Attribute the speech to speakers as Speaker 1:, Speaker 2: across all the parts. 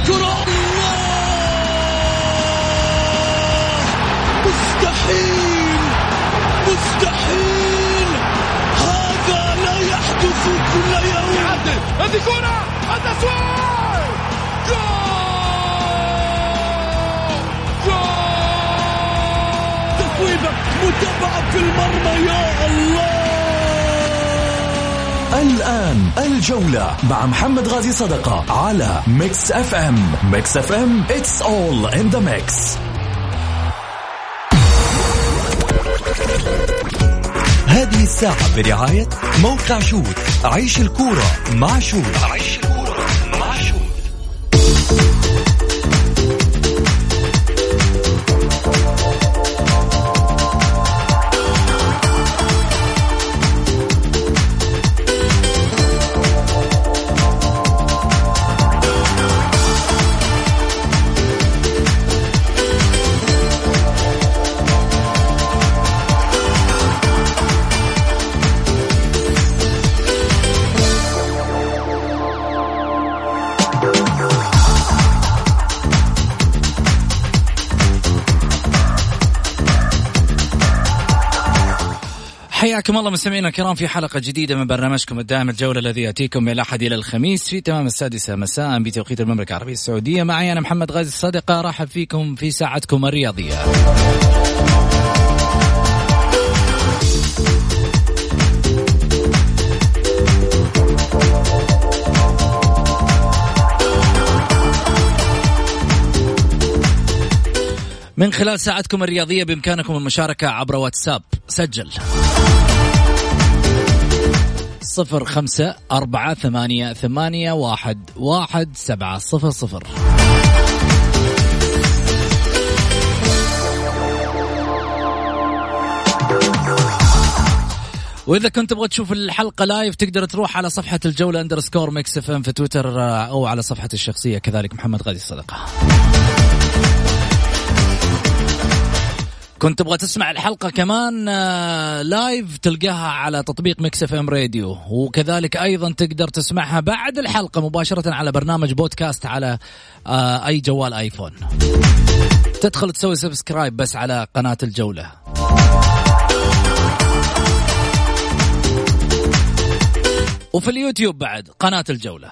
Speaker 1: الكرة، مستحيل مستحيل، هذا لا يحدث كل يوم.
Speaker 2: هذه كرة التسويق، جول،
Speaker 1: تسويبة متابعة في المرمى، يا الله.
Speaker 3: الآن الجولة مع محمد غازي صدقة على ميكس اف ام. ميكس اف ام it's all in the mix. هذه الساعة برعاية موقع شوت. عيش الكورة مع شوت.
Speaker 4: حياكم الله مستمعينا الكرام في حلقة جديدة من برنامجكم الدائم الجولة الذي يأتيكم من الأحد إلى الخميس في تمام 6 مساء بتوقيت المملكة العربية السعودية. معي أنا محمد غازي الصدقة، رحب فيكم في ساعتكم الرياضية. من خلال ساعتكم الرياضية بإمكانكم المشاركة عبر واتساب. سجل 0548811700. وإذا كنت تبغى تشوف الحلقة لايف تقدر تروح على صفحة الجولة _ميكس اف ام في تويتر أو على صفحة الشخصية كذلك محمد غازي الصدقة. كنت تبغى تسمع الحلقة كمان لايف تلقاها على تطبيق ميكس اف ام راديو، وكذلك أيضا تقدر تسمعها بعد الحلقة مباشرة على برنامج بودكاست على أي جوال آيفون. تدخل تسوي سبسكرايب بس على قناة الجولة. وفي اليوتيوب بعد قناة الجولة.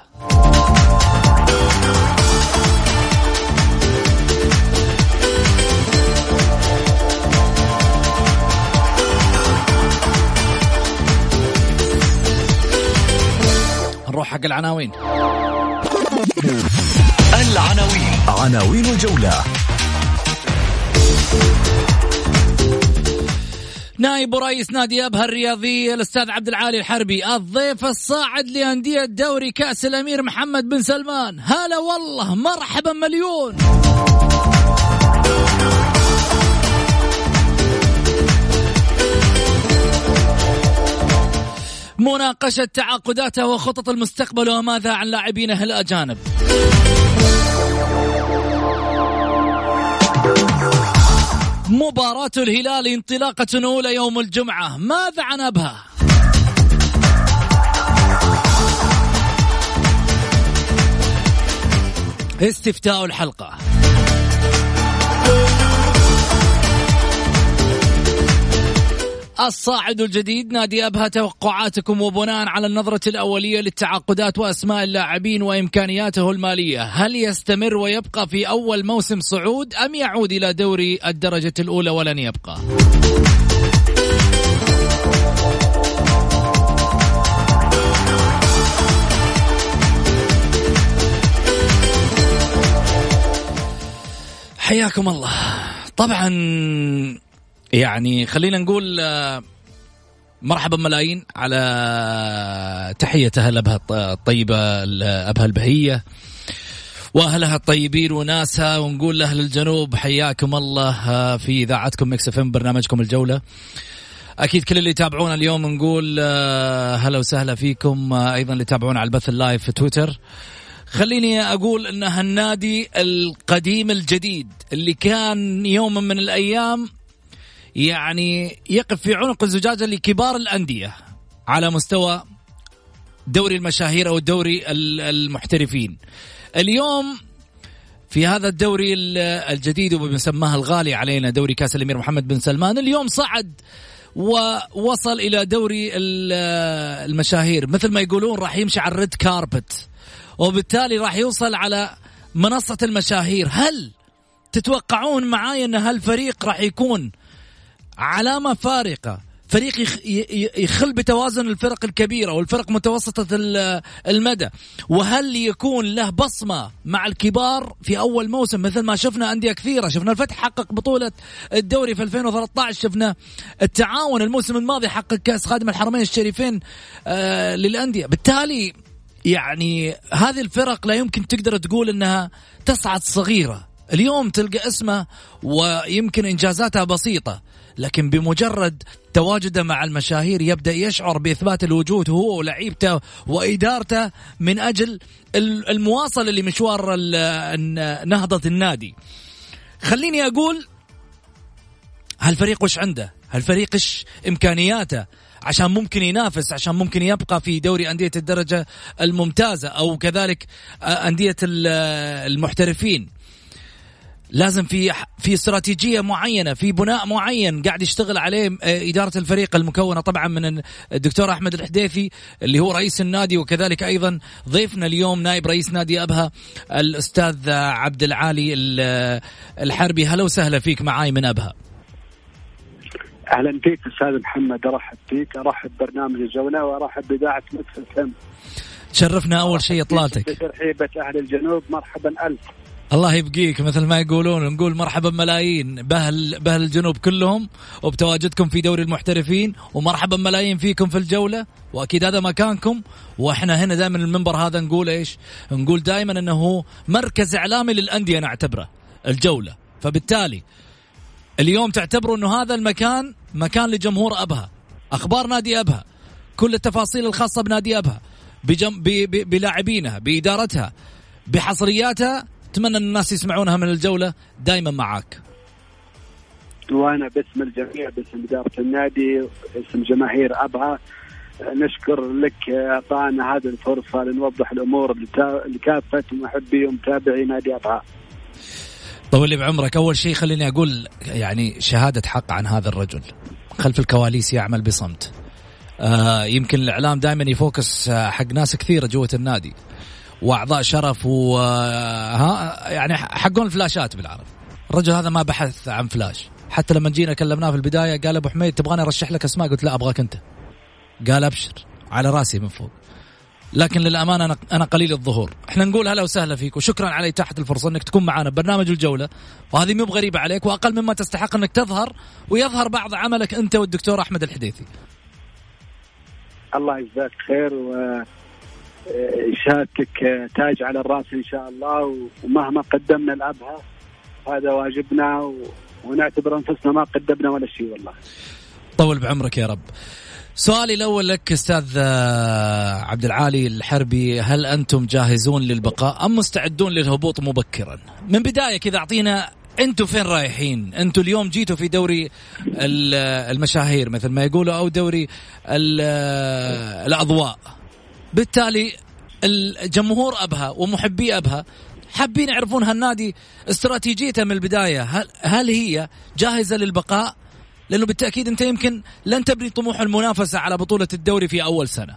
Speaker 4: نروح حق العناوين.
Speaker 3: عناوين الجولة.
Speaker 4: نائب رئيس نادي أبها الرياضي الأستاذ عبد العالي الحربي الضيف الصاعد لأندية دوري كأس الأمير محمد بن سلمان. هلا والله، مرحبا مليون. مناقشة تعاقداته وخطط المستقبل وماذا عن لاعبينه الأجانب. مباراة الهلال انطلاقة أولى يوم الجمعة، ماذا عن أبها؟ استفتاء الحلقة. الصاعد الجديد نادي أبها، توقعاتكم وبناء على النظرة الأولية للتعاقدات وأسماء اللاعبين وإمكانياته المالية، هل يستمر ويبقى في أول موسم صعود أم يعود إلى دوري الدرجة الأولى ولن يبقى؟ حياكم الله. طبعا يعني خلينا نقول مرحبا ملايين على تحية أهل أبها الطيبة، أبها البهية وأهلها الطيبين وناسها، ونقول لأهل الجنوب حياكم الله في إذاعتكم ميكس اف ام برنامجكم الجولة. أكيد كل اللي يتابعونا اليوم نقول هلا وسهلا فيكم، أيضا اللي يتابعونا على البث اللايف في تويتر. خليني أقول أن هالنادي القديم الجديد اللي كان يوم من الأيام يعني يقف في عنق الزجاجة لكبار الأندية على مستوى دوري المشاهير أو دوري المحترفين، اليوم في هذا الدوري الجديد وبنسماه الغالي علينا دوري كأس الأمير محمد بن سلمان. اليوم صعد ووصل إلى دوري المشاهير، مثل ما يقولون راح يمشي على الريد كاربت، وبالتالي راح يوصل على منصة المشاهير. هل تتوقعون معاي أن هالفريق راح يكون علامة فارقة، فريق يخل بتوازن الفرق الكبيرة والفرق متوسطة المدى، وهل يكون له بصمة مع الكبار في أول موسم مثل ما شفنا أندية كثيرة؟ شفنا الفتح حقق بطولة الدوري في 2013، شفنا التعاون الموسم الماضي حقق كأس خادم الحرمين الشريفين للأندية. بالتالي يعني هذه الفرق لا يمكن تقدر تقول أنها تصعد صغيرة. اليوم تلقى اسمه ويمكن إنجازاتها بسيطة، لكن بمجرد تواجده مع المشاهير يبدأ يشعر بإثبات الوجود هو ولعيبته وإدارته من أجل المواصلة لمشوار نهضة النادي. خليني أقول هالفريق وش عنده، هالفريق إيش إمكانياته عشان ممكن ينافس، عشان ممكن يبقى في دوري أندية الدرجة الممتازة أو كذلك أندية المحترفين. لازم في استراتيجية معينة، في بناء معين قاعد يشتغل عليه إدارة الفريق المكونة طبعا من الدكتور أحمد الحديثي اللي هو رئيس النادي، وكذلك أيضا ضيفنا اليوم نائب رئيس نادي أبها الأستاذ عبد العالي الحربي. هلا وسهلا فيك معاي من أبها.
Speaker 5: أهلا فيك أستاذ محمد، أرحب فيك، أرحب برنامج الجولة وأرحب بإذاعة مكس اف ام.
Speaker 4: تشرفنا أول شيء إطلالتك.
Speaker 5: ترحيبة أهل الجنوب، مرحبا ألف.
Speaker 4: الله يبقيك، مثل ما يقولون نقول مرحبا ملايين بأهل الجنوب كلهم وبتواجدكم في دوري المحترفين، ومرحبا ملايين فيكم في الجولة، وأكيد هذا مكانكم. وإحنا هنا دائما المنبر هذا نقول إيش؟ نقول دائما أنه مركز إعلامي للأندية نعتبره الجولة، فبالتالي اليوم تعتبروا أنه هذا المكان مكان لجمهور أبها، أخبار نادي أبها، كل التفاصيل الخاصة بنادي أبها بلاعبينها، بإدارتها، بحصرياتها. أتمنى أن الناس يسمعونها من الجولة. دائما معاك.
Speaker 5: وأنا باسم الجميع، باسم إدارة النادي، باسم جماهير أبها، نشكر لك أعطانا هذه الفرصة لنوضح الأمور لكافة محبي ومتابعي نادي أبها.
Speaker 4: طول لي بعمرك. أول شيء خليني أقول يعني شهادة حق عن هذا الرجل، خلف الكواليس يعمل بصمت. يمكن الإعلام دائما يفوكس حق ناس كثيرة جوة النادي وأعضاء شرف يعني حقون الفلاشات بالعربي. الرجل هذا ما بحث عن فلاش، حتى لما جينا كلمناه في البداية قال أبو حميد تبغاني أرشح لك أسماء؟ قلت لا أبغاك أنت. قال أبشر على راسي من فوق. لكن للأمانة أنا قليل الظهور. إحنا نقول هلا وسهلا فيك وشكرا على إتاحة الفرصة أنك تكون معنا ببرنامج الجولة، وهذه مو بغريبة عليك وأقل مما تستحق أنك تظهر ويظهر بعض عملك أنت والدكتور أحمد الحديثي.
Speaker 5: الله يجزاك خير، وشهادتك تاج على الرأس إن شاء الله، ومهما قدمنا لأبها هذا واجبنا، ونعتبر أنفسنا ما قدمنا ولا شيء والله.
Speaker 4: طول بعمرك يا رب. سؤالي الأول لك أستاذ عبد العالي الحربي، هل أنتم جاهزون للبقاء أم مستعدون للهبوط مبكرا؟ من بداية كذا أعطينا أنتم فين رايحين. أنتم اليوم جيتوا في دوري المشاهير مثل ما يقولوا، أو دوري الأضواء. بالتالي الجمهور أبها ومحبي أبها حابين يعرفون هالنادي استراتيجيته من البداية، هل هي جاهزة للبقاء؟ لأنه بالتأكيد أنت يمكن لن تبني طموح المنافسة على بطولة الدوري في أول سنة.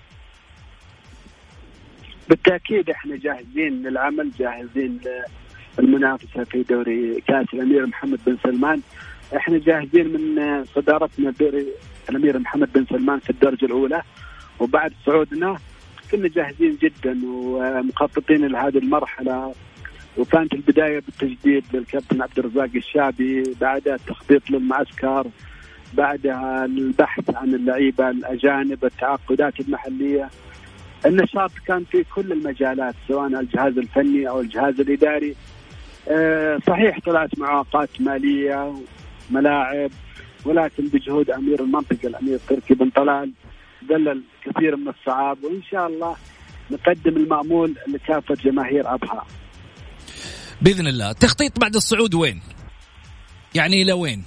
Speaker 5: بالتأكيد احنا جاهزين للعمل، جاهزين للمنافسة في دوري كأس الأمير محمد بن سلمان. احنا جاهزين من صدارتنا دوري الأمير محمد بن سلمان في الدرجة الأولى، وبعد صعودنا كنا جاهزين جدا ومخططين لهذه المرحلة. وكانت البداية بالتجديد للكابتن عبد الرزاق الشعبي، بعدها التخطيط للمعسكر، بعدها البحث عن اللعيبة الأجانب، التعاقدات المحلية. النشاط كان في كل المجالات سواء الجهاز الفني أو الجهاز الإداري. صحيح طلعت معوقات مالية وملاعب، ولكن بجهود أمير المنطقة الأمير تركي بن طلال ذلل كثير من الصعاب، وإن شاء الله نقدم المأمول لكافة جماهير أبها
Speaker 4: بإذن الله. تخطيط بعد الصعود وين؟ يعني إلى وين؟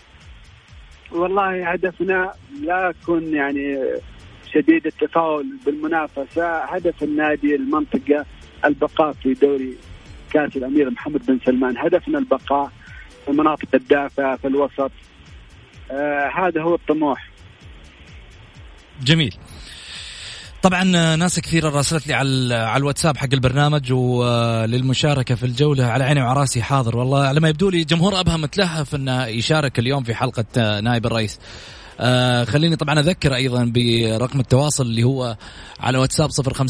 Speaker 5: والله هدفنا لا يكون يعني شديد التفاؤل بالمنافسة. هدف النادي المنطقة البقاء في دوري كأس الأمير محمد بن سلمان. هدفنا البقاء في المناطق الدافئة في الوسط. هذا هو الطموح.
Speaker 4: جميل. طبعا ناس كثيرة راسلت لي على الواتساب حق البرنامج وللمشاركة في الجولة. على عيني وعراسي حاضر والله. على ما يبدو لي جمهور أبها متلهف أنه يشارك اليوم في حلقة نائب الرئيس. خليني طبعا أذكر أيضا برقم التواصل اللي هو على واتساب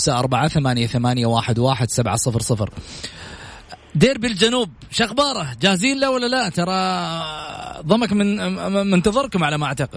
Speaker 4: 0548811700. ديربي الجنوب شخباره جاهزين له ولا لا؟ ترى ضمك منتظركم على ما أعتقد.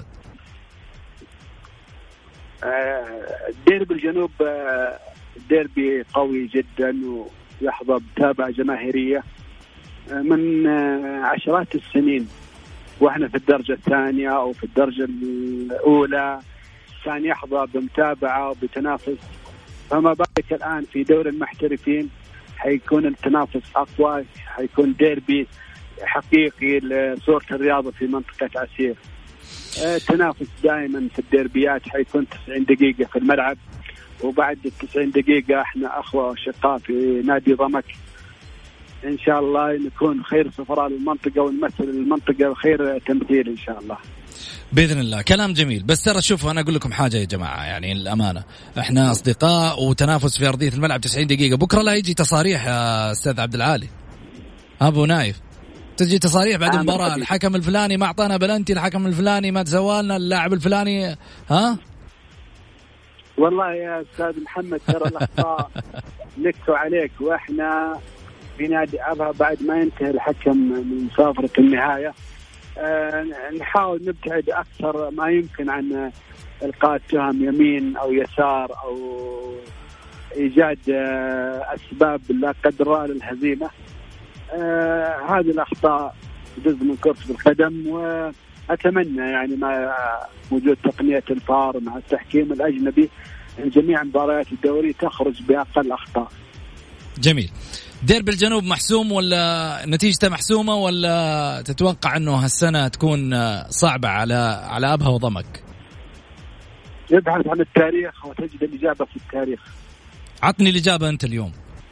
Speaker 5: ديربي الجنوب ديربي قوي جدا ويحظى بتابعة جماهيرية من عشرات السنين، واحنا في الدرجة الثانية أو في الدرجة الأولى كان يحظى بمتابعة وبتنافس، فما بالك الآن في دوري المحترفين حيكون التنافس أقوى، حيكون ديربي حقيقي لصورة الرياضة في منطقة عسير. التنافس دائما في الديربيات حيكون 90 دقيقة في الملعب، وبعد 90 دقيقة احنا أخوة وشقاء في نادي ضمك، إن شاء الله نكون خير سفراء للمنطقة ونمثل المنطقة خير تمثيل إن شاء الله
Speaker 4: بإذن الله. كلام جميل. بس ترى شوفوا أنا أقول لكم حاجة يا جماعة، يعني الأمانة إحنا أصدقاء وتنافس في أرضية الملعب 90 دقيقة. بكرة لا يجي تصاريح يا أستاذ عبد العالي أبو نايف، تجي تصاريح بعد المباراة الحكم الفلاني ما أعطانا بلنتي، الحكم الفلاني ما تسوالنا، اللاعب الفلاني ها.
Speaker 5: والله يا أستاذ محمد ترى الأخطاء نكتوا عليك، وإحنا في نادي أبها بعد ما ينتهي الحكم من صافرة النهاية نحاول نبتعد أكثر ما يمكن عن إلقاء تهم يمين أو يسار أو إيجاد أسباب لا قدر الله للهزيمة. هذه الأخطاء جزء من كرة القدم، وأتمنى يعني مع وجود تقنية الفار مع التحكيم الأجنبي أن جميع مباريات الدوري تخرج بأقل أخطاء.
Speaker 4: جميل. ديربي الجنوب محسوم ولا نتيجته محسومة، ولا تتوقع أنه هالسنة تكون صعبة على أبها وضمك؟
Speaker 5: يبحث عن التاريخ وتجد الإجابة في التاريخ.
Speaker 4: عطني الإجابة أنت اليوم.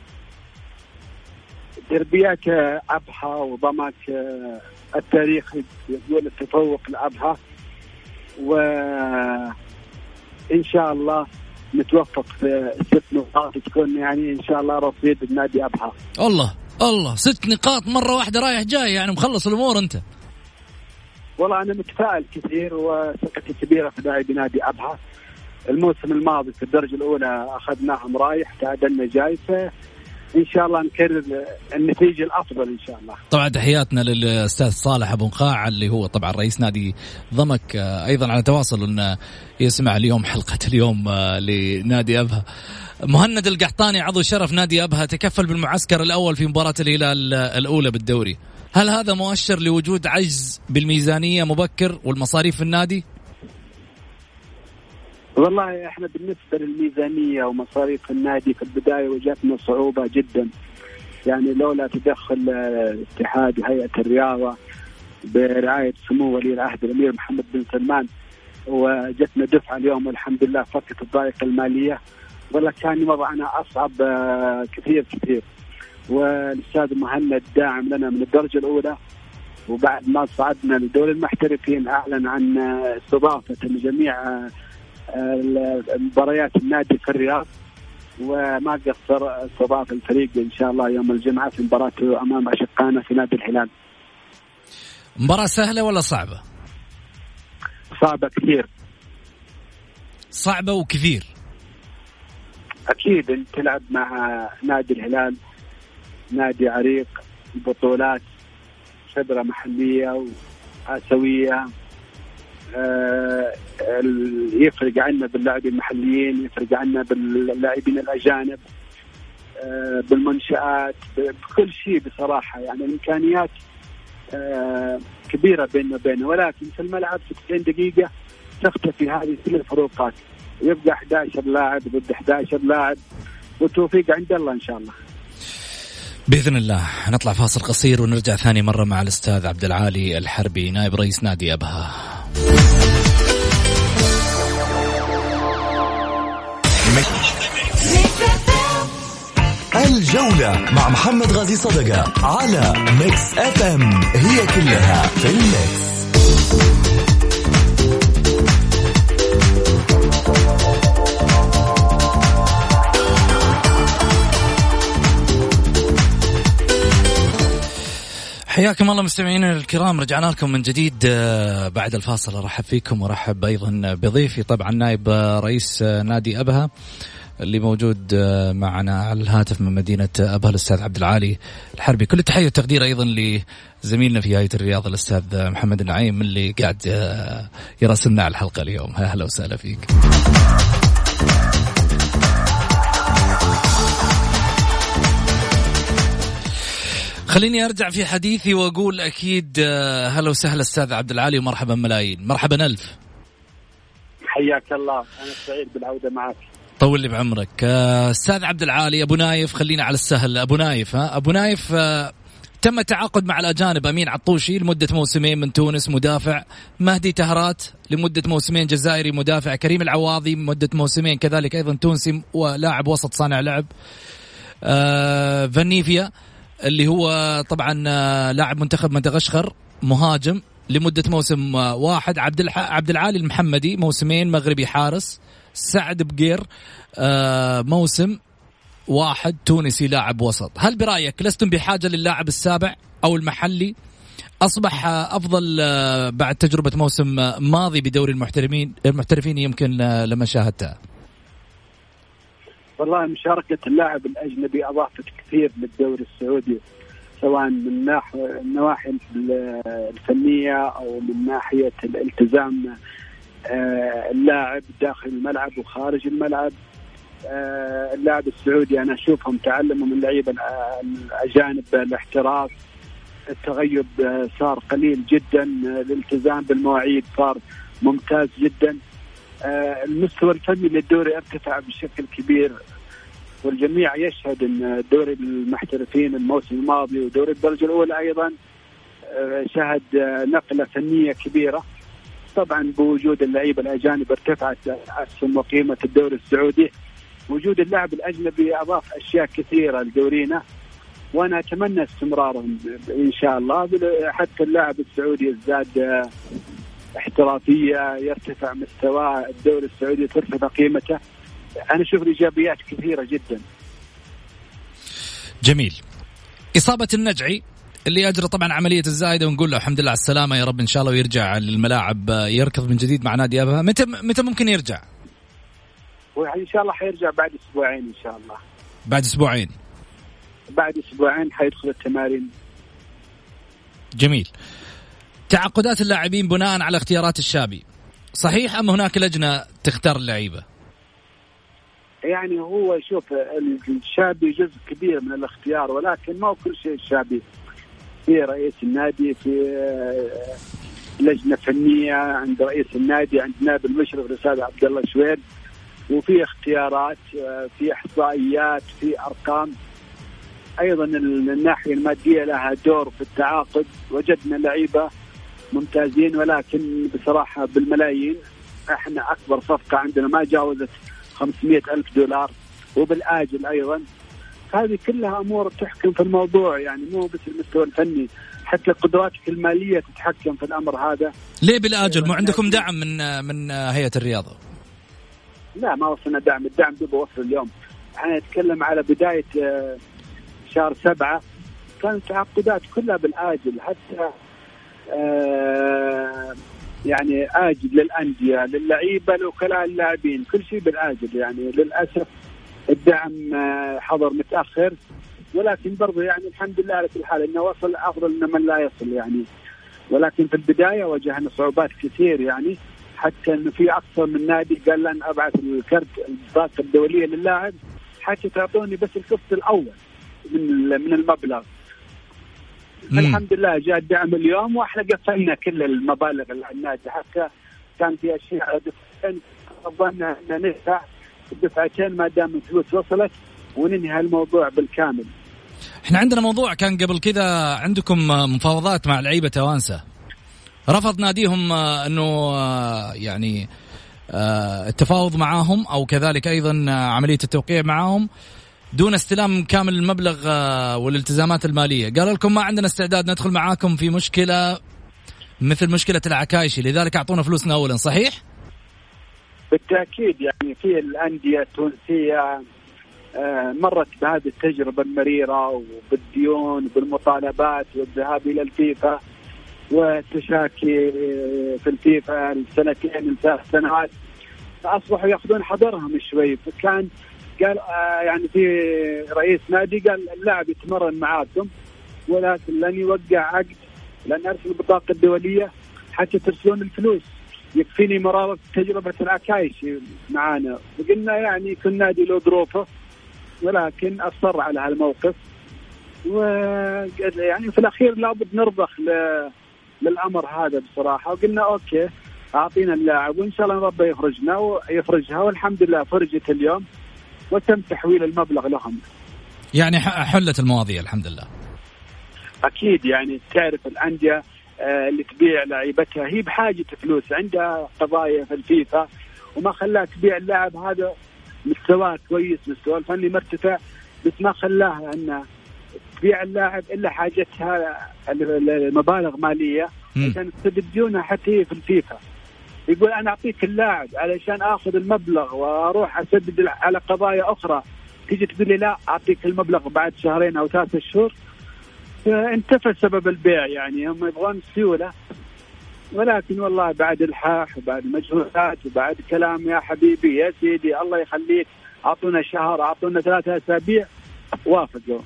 Speaker 5: دربيات أبها وضمك التاريخ يقول التفوق لأبها، وإن شاء الله نتوفق في 6 نقاط تكون يعني إن شاء الله رصيد النادي أبها.
Speaker 4: الله 6 نقاط مرة واحدة رايح جاي، يعني مخلص الأمور أنت.
Speaker 5: والله أنا متفائل كثير وثقتي كبيرة في لاعبي نادي أبها. الموسم الماضي في الدرجة الأولى أخذناهم رايح تعادلنا جاي، إن شاء الله نكرر النتيجة الأفضل إن شاء الله.
Speaker 4: طبعا تحياتنا للأستاذ صالح أبو نقاع اللي هو طبعا رئيس نادي ضمك، أيضا على تواصل أنه يسمع اليوم حلقة اليوم لنادي أبها. مهند القحطاني عضو شرف نادي أبها تكفل بالمعسكر الأول في مباراة الهلال الأولى بالدوري. هل هذا مؤشر لوجود عجز بالميزانية مبكر والمصاريف في النادي؟
Speaker 5: والله احنا بالنسبة للميزانية ومصاريف النادي في البداية وجدنا صعوبة جدا، يعني لولا تدخل اتحاد وهيئة الرياضة برعاية سمو ولي العهد الأمير محمد بن سلمان وجدنا دفعة اليوم والحمد لله فكت الضائقة المالية، ولا كان وضعنا أصعب كثير. والأستاذ مهند داعم لنا من الدرجة الأولى، وبعد ما صعدنا لدور المحترفين أعلن عن استضافة جميع مباريات النادي في الرياض، وما قصر استضاف الفريق إن شاء الله يوم الجمعة في مباراته أمام أشقائنا في نادي الهلال.
Speaker 4: مباراة سهلة ولا صعبة؟
Speaker 5: صعبة كثير.
Speaker 4: صعبة وكثير.
Speaker 5: أكيد أنت تلعب مع نادي الهلال، نادي عريق، بطولات، خبرة محلية وآسيوية، يفرق عنا باللاعبين المحليين، يفرق عنا باللاعبين الأجانب، بالمنشآت، بكل شيء بصراحة. يعني الإمكانيات كبيرة بيننا وبينه، ولكن في الملعب في 90 دقيقة تختفي هذه كل الفروقات، يبقى 11 لاعب ضد 11 لاعب، والتوفيق عند الله إن شاء الله
Speaker 4: بإذن الله. نطلع فاصل قصير ونرجع ثاني مرة مع الأستاذ عبد العالي الحربي نائب رئيس نادي أبها.
Speaker 3: الجولة مع محمد غازي صدقة على ميكس اف ام، هي كلها في الميكس.
Speaker 4: حياكم الله مستمعينا الكرام، رجعنا لكم من جديد بعد الفاصل. ارحب فيكم وارحب ايضا بضيفي طبعا نائب رئيس نادي ابها اللي موجود معنا على الهاتف من مدينة أبها الأستاذ عبد العالي الحربي. كل التحية والتقدير أيضا لزميلنا في هيئة الرياضة الأستاذ محمد النعيم اللي قاعد يراسلنا على الحلقة اليوم. أهلا وسهلا فيك. خليني أرجع في حديثي وأقول أكيد هلا وسهلا أستاذ عبد العالي ومرحبا ملايين. مرحبا ألف.
Speaker 5: حياك الله، أنا سعيد بالعودة معك.
Speaker 4: طول لي بعمرك أستاذ عبد العالي. أبو نايف، خلينا على السهل. أبو نايف أبو نايف تم التعاقد مع الأجانب أمين عطوشي لمدة موسمين من تونس مدافع، مهدي تهرات لمدة موسمين جزائري مدافع، كريم العواضي لمدة موسمين كذلك أيضا تونسي ولاعب وسط صانع لعب، فانيفيا اللي هو طبعا لاعب منتخب مدغشقر مهاجم لمدة موسم واحد، عبد العالي المحمدي موسمين مغربي حارس، سعد بقير موسم واحد تونسي لاعب وسط. هل برأيك لستم بحاجة للاعب السابع أو المحلي أصبح أفضل بعد تجربة موسم ماضي بدوري المحترفين يمكن لما شاهدتها؟
Speaker 5: والله مشاركة اللاعب الأجنبي أضافت كثير للدوري السعودي، سواء من النواحي الفنية أو من ناحية الالتزام اللاعب داخل الملعب وخارج الملعب. اللاعب السعودي أنا أشوفهم تعلموا من اللعيبة الأجانب الاحتراف، التغيب صار قليل جدا، الالتزام بالمواعيد صار ممتاز جدا، المستوى الفني للدوري ارتفع بشكل كبير، والجميع يشهد أن دوري المحترفين الموسم الماضي ودوري الدرجة الأولى أيضا شهد نقلة فنية كبيرة. طبعا بوجود اللعيبة الأجانب ارتفعت أسهم وقيمة الدوري السعودي. وجود اللاعب الأجنبي أضاف أشياء كثيرة لدورينا، وأنا أتمنى استمرارهم إن شاء الله، حتى اللاعب السعودي يزداد احترافية، يرتفع مستوى الدوري السعودي، ترتفع قيمته. أنا أشوف الإيجابيات كثيرة جدا.
Speaker 4: جميل. إصابة النجعي اللي أجرى طبعا عملية الزايدة، ونقول له الحمد لله على السلامة يا رب إن شاء الله، ويرجع للملاعب يركض من جديد مع نادي أبها. متى ممكن يرجع؟
Speaker 5: وإن شاء الله حيرجع بعد أسبوعين إن شاء الله. بعد أسبوعين حيدخل التمارين.
Speaker 4: جميل. تعاقدات اللاعبين بناء على اختيارات الشابي، صحيح أم هناك لجنة تختار اللعيبة؟
Speaker 5: يعني هو شوف الشابي جزء كبير من الاختيار، ولكن ما كل شيء الشابي. في رئيس النادي، في لجنة فنية عند رئيس النادي، عند نائب المشرف الأستاذ عبد الله شوير، وفي اختيارات، في إحصائيات، في أرقام. أيضا الناحية المادية لها دور في التعاقد. وجدنا لعيبة ممتازين، ولكن بصراحة بالملايين. احنا أكبر صفقة عندنا ما جاوزت 500,000 دولار، وبالآجل أيضا. هذه كلها أمور تحكم في الموضوع، يعني مو بس المستوى الفني، حتى قدراتك المالية تتحكم في الأمر هذا.
Speaker 4: ليه بالآجل؟ مو عندكم دعم من هيئة الرياضة؟
Speaker 5: لا، ما وصلنا دعم. الدعم ده بوصل اليوم. احنا نتكلم على بداية شهر 7 كانت تعاقدات كلها بالآجل، حتى يعني آجل للأندية، للعيبة، لوكلاء اللاعبين، كل شيء بالآجل. يعني للأسف الدعم حضر متأخر، ولكن برضو يعني الحمد لله على كل حال إنه وصل أفضل من من لا يصل يعني. ولكن في البداية واجهنا صعوبات كثير، يعني حتى إنه في أكثر من نادي قال لن أبعث الكرت البطاقة الدولية للاعب حتى تعطوني بس القسط الأول من المبلغ. الحمد لله جاء الدعم اليوم، واحنا قفلنا كل المبالغ النادي، حتى كان في اشياء دفعتين ظننا ان ندفع الدفعتين ما دام الفلوس وصلت وننهي الموضوع بالكامل.
Speaker 4: احنا عندنا موضوع كان قبل كذا عندكم مفاوضات مع لعيبه توانسه، رفض ناديهم انه يعني التفاوض معاهم او كذلك ايضا عمليه التوقيع معاهم دون استلام كامل المبلغ والالتزامات المالية. قال لكم ما عندنا استعداد ندخل معاكم في مشكلة مثل مشكلة العكايشي، لذلك أعطونا فلوسنا أولا. صحيح؟
Speaker 5: بالتأكيد، يعني في الأندية التونسية مرت بهذه التجربة المريرة وبالديون وبالمطالبات والذهاب إلى الفيفا والتشاكي في الفيفا السنتين ثلاث سنوات، فأصبحوا يأخذون حذرهم شوي. فكان قال يعني في رئيس نادي قال اللاعب يتمرن معاكم ولكن لن يوقع عقد، لن أرسل البطاقة الدولية حتى ترسلون الفلوس، يكفيني مرارة تجربة العكايشي معانا. وقلنا يعني كل نادي له ظروفه، ولكن أصر على هالموقف. ويعني في الأخير لابد نرضخ للأمر هذا بصراحة، وقلنا أوكي أعطينا اللاعب وإن شاء الله ربنا يخرجنا ويخرجها، والحمد لله فرجت اليوم وتم تحويل المبلغ لهم.
Speaker 4: يعني حلت المواضيع الحمد لله.
Speaker 5: أكيد، يعني تعرف الأندية اللي تبيع لعيبتها هي بحاجة فلوس، عندها قضايا في الفيفا وما خلاها تبيع اللاعب هذا مستواه كويس، مستواه الفني مرتفع، بس ما خلاها أن تبيع اللاعب إلا حاجتها المبالغ مالية عشان تسدد ديونها حتى في الفيفا. يقول أنا أعطيك اللاعب علشان أخذ المبلغ وأروح أسدد على قضايا أخرى، تيجي تقول لي لا أعطيك المبلغ بعد شهرين أو 3 شهور. فانتفى سبب البيع، يعني هم يبغون سيولة، ولكن والله بعد الحاح وبعد مجهودات وبعد كلام يا حبيبي يا سيدي الله يخليك أعطونا شهر أعطونا 3 أسابيع وافقوا.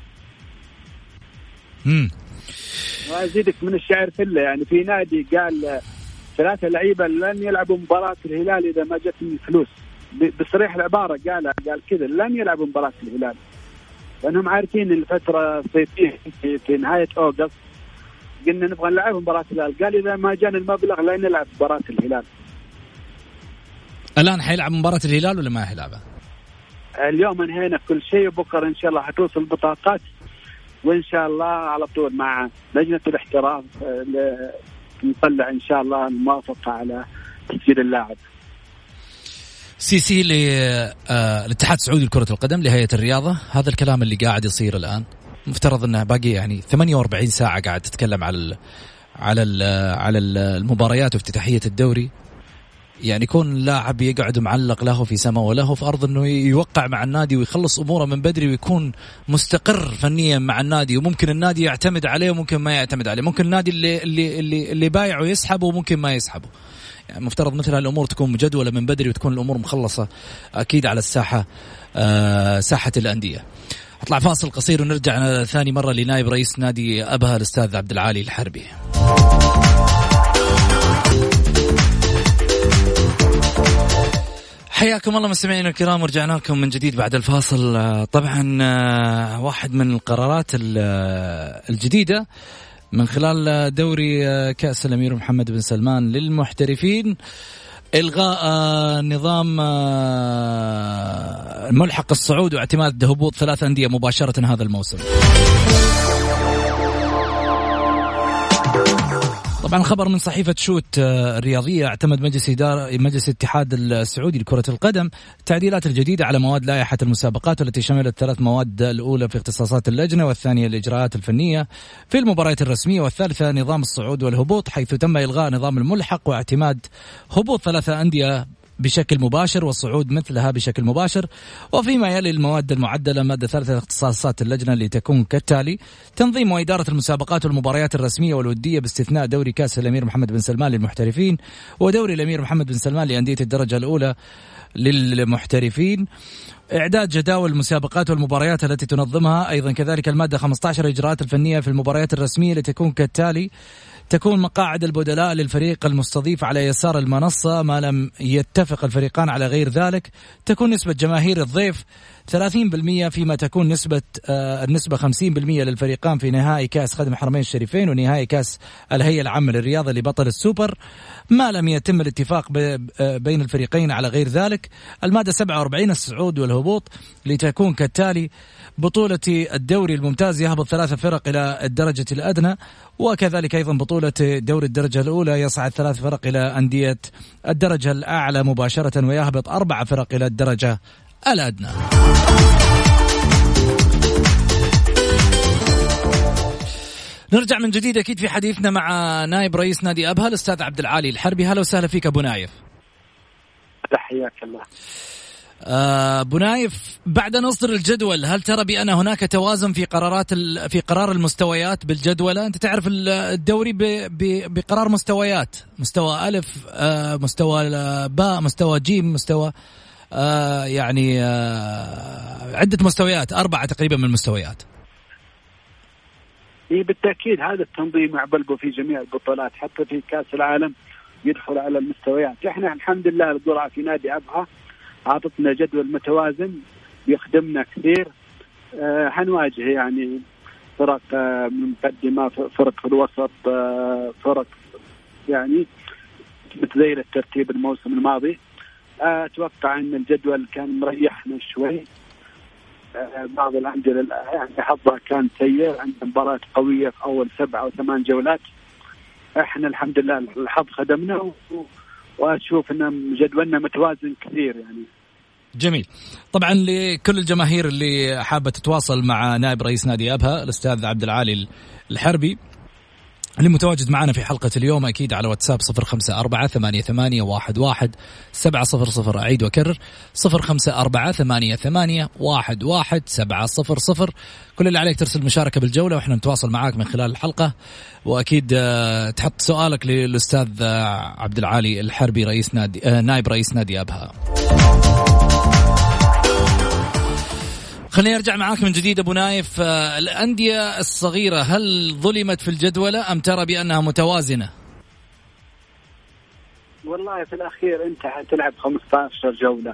Speaker 5: وأزيدك من الشعر فله، يعني في نادي قال 3 لعيبة لن يلعبوا مباراة الهلال إذا ما جت من الفلوس، بصريح العبارة قال كذا لن يلعبوا مباراة الهلال، لأنهم عارفين الفترة الصيفية في نهاية أغسطس، قلنا نبغى نلعب مباراة الهلال، قال إذا ما جانا المبلغ لا نلعب مباراة الهلال.
Speaker 4: الآن حيلعب مباراة الهلال ولا ما حيلعبها؟
Speaker 5: اليوم انهينا كل شيء، وبكرة إن شاء الله حتوصل البطاقات، وإن شاء الله على طول مع لجنة الاحتراف نطلع إن شاء الله الموافقة على تسجيل اللاعب.
Speaker 4: سي للاتحاد السعودي لكرة القدم لهيئة الرياضة، هذا الكلام اللي قاعد يصير الآن مفترض أنه باقي يعني 48 ساعة قاعد تتكلم على المباريات وافتتاحية الدوري، يعني يكون لاعب يقعد معلق له في سماء وله في أرض أنه يوقع مع النادي ويخلص أموره من بدري ويكون مستقر فنيا مع النادي، وممكن النادي يعتمد عليه وممكن ما يعتمد عليه، ممكن النادي اللي بايعه يسحبه وممكن ما يسحبه. يعني مفترض مثل هالأمور تكون مجدولة من بدري وتكون الأمور مخلصة أكيد على الساحة، ساحة الأندية. أطلع فاصل قصير ونرجع ثاني مرة لنائب رئيس نادي أبها الأستاذ عبد العالي الحربي. حياكم الله مستمعينا الكرام، ورجعنا لكم من جديد بعد الفاصل. طبعا واحد من القرارات الجديدة من خلال دوري كأس الأمير محمد بن سلمان للمحترفين إلغاء نظام ملحق الصعود واعتماد هبوط 3 أندية مباشرة هذا الموسم. طبعا خبر من صحيفة شوت الرياضية، اعتمد مجلس الاتحاد السعودي لكرة القدم التعديلات الجديدة على مواد لائحة المسابقات، والتي شملت 3 مواد، الأولى في اختصاصات اللجنة، والثانية الإجراءات الفنية في المباريات الرسمية، والثالثة نظام الصعود والهبوط، حيث تم إلغاء نظام الملحق واعتماد هبوط 3 أندية بشكل مباشر والصعود مثلها بشكل مباشر. وفيما يلي المواد المعدلة، مادة 3 اختصاصات اللجنة اللي تكون كالتالي: تنظيم وإدارة المسابقات والمباريات الرسمية والودية باستثناء دوري كأس الأمير محمد بن سلمان للمحترفين ودوري الأمير محمد بن سلمان لأندية الدرجة الأولى للمحترفين. إعداد جداول المسابقات والمباريات التي تنظمها. أيضا كذلك المادة 15 إجراءات الفنية في المباريات الرسمية لتكون كالتالي: تكون مقاعد البدلاء للفريق المستضيف على يسار المنصة ما لم يتفق الفريقان على غير ذلك. تكون نسبة جماهير الضيف 30%، فيما تكون النسبة 50% للفريقان في نهائي كأس خادم الحرمين الشريفين ونهائي كأس الهيئة العامة للرياضة لبطل السوبر ما لم يتم الاتفاق بين الفريقين على غير ذلك. المادة 47 الصعود والهبوط لتكون كالتالي: بطولة الدوري الممتاز يهبط 3 فرق إلى الدرجة الأدنى، وكذلك أيضا بطولة دوري الدرجة الأولى يصعد 3 فرق إلى أندية الدرجة الأعلى مباشرة، ويهبط 4 فرق إلى الدرجة الأدنى. نرجع من جديد أكيد في حديثنا مع نائب رئيس نادي أبها الأستاذ عبد العالي الحربي. هلا وسهلا فيك أبو نايف.
Speaker 5: تحياك الله.
Speaker 4: أبو نايف، بعد أن أصدر الجدول هل ترى بأن هناك توازن في قرار المستويات بالجدولة؟ أنت تعرف الدوري بقرار مستويات، مستوى ألف، مستوى باء، مستوى جيم، مستوى يعني عدة مستويات، 4 تقريبا من المستويات.
Speaker 5: بالتأكيد هذا التنظيم يعبلبه في جميع البطولات، حتى في كأس العالم يدخل على المستويات. احنا الحمد لله القرعة في نادي أبها عطتنا جدول متوازن يخدمنا كثير. هنواجه يعني فرق مقدمة، فرق في الوسط، فرق يعني متزايد الترتيب الموسم الماضي. أتوقع أن الجدول كان مريحنا شوي. بعض الأندية يعني حظها كان سيء، عند مباراة قوية في أول 7 أو 8 جولات. احنا الحمد لله الحظ خدمنا، وأشوف أن جدولنا متوازن كثير يعني.
Speaker 4: جميل. طبعا لكل الجماهير اللي حابة تتواصل مع نائب رئيس نادي أبها الأستاذ عبد العالي الحربي اللي متواجد معنا في حلقة اليوم، أكيد على واتساب 0548811700. أعيد وأكرر 0548811700. كل اللي عليك ترسل مشاركة بالجولة وإحنا نتواصل معاك من خلال الحلقة، وأكيد تحط سؤالك للأستاذ عبد العالي الحربي نائب رئيس نادي أبها. خليني أرجع معاك من جديد أبو نايف. الأندية الصغيرة هل ظلمت في الجدولة أم ترى بأنها متوازنة؟
Speaker 5: والله في الأخير أنت هتلعب 15 جولة.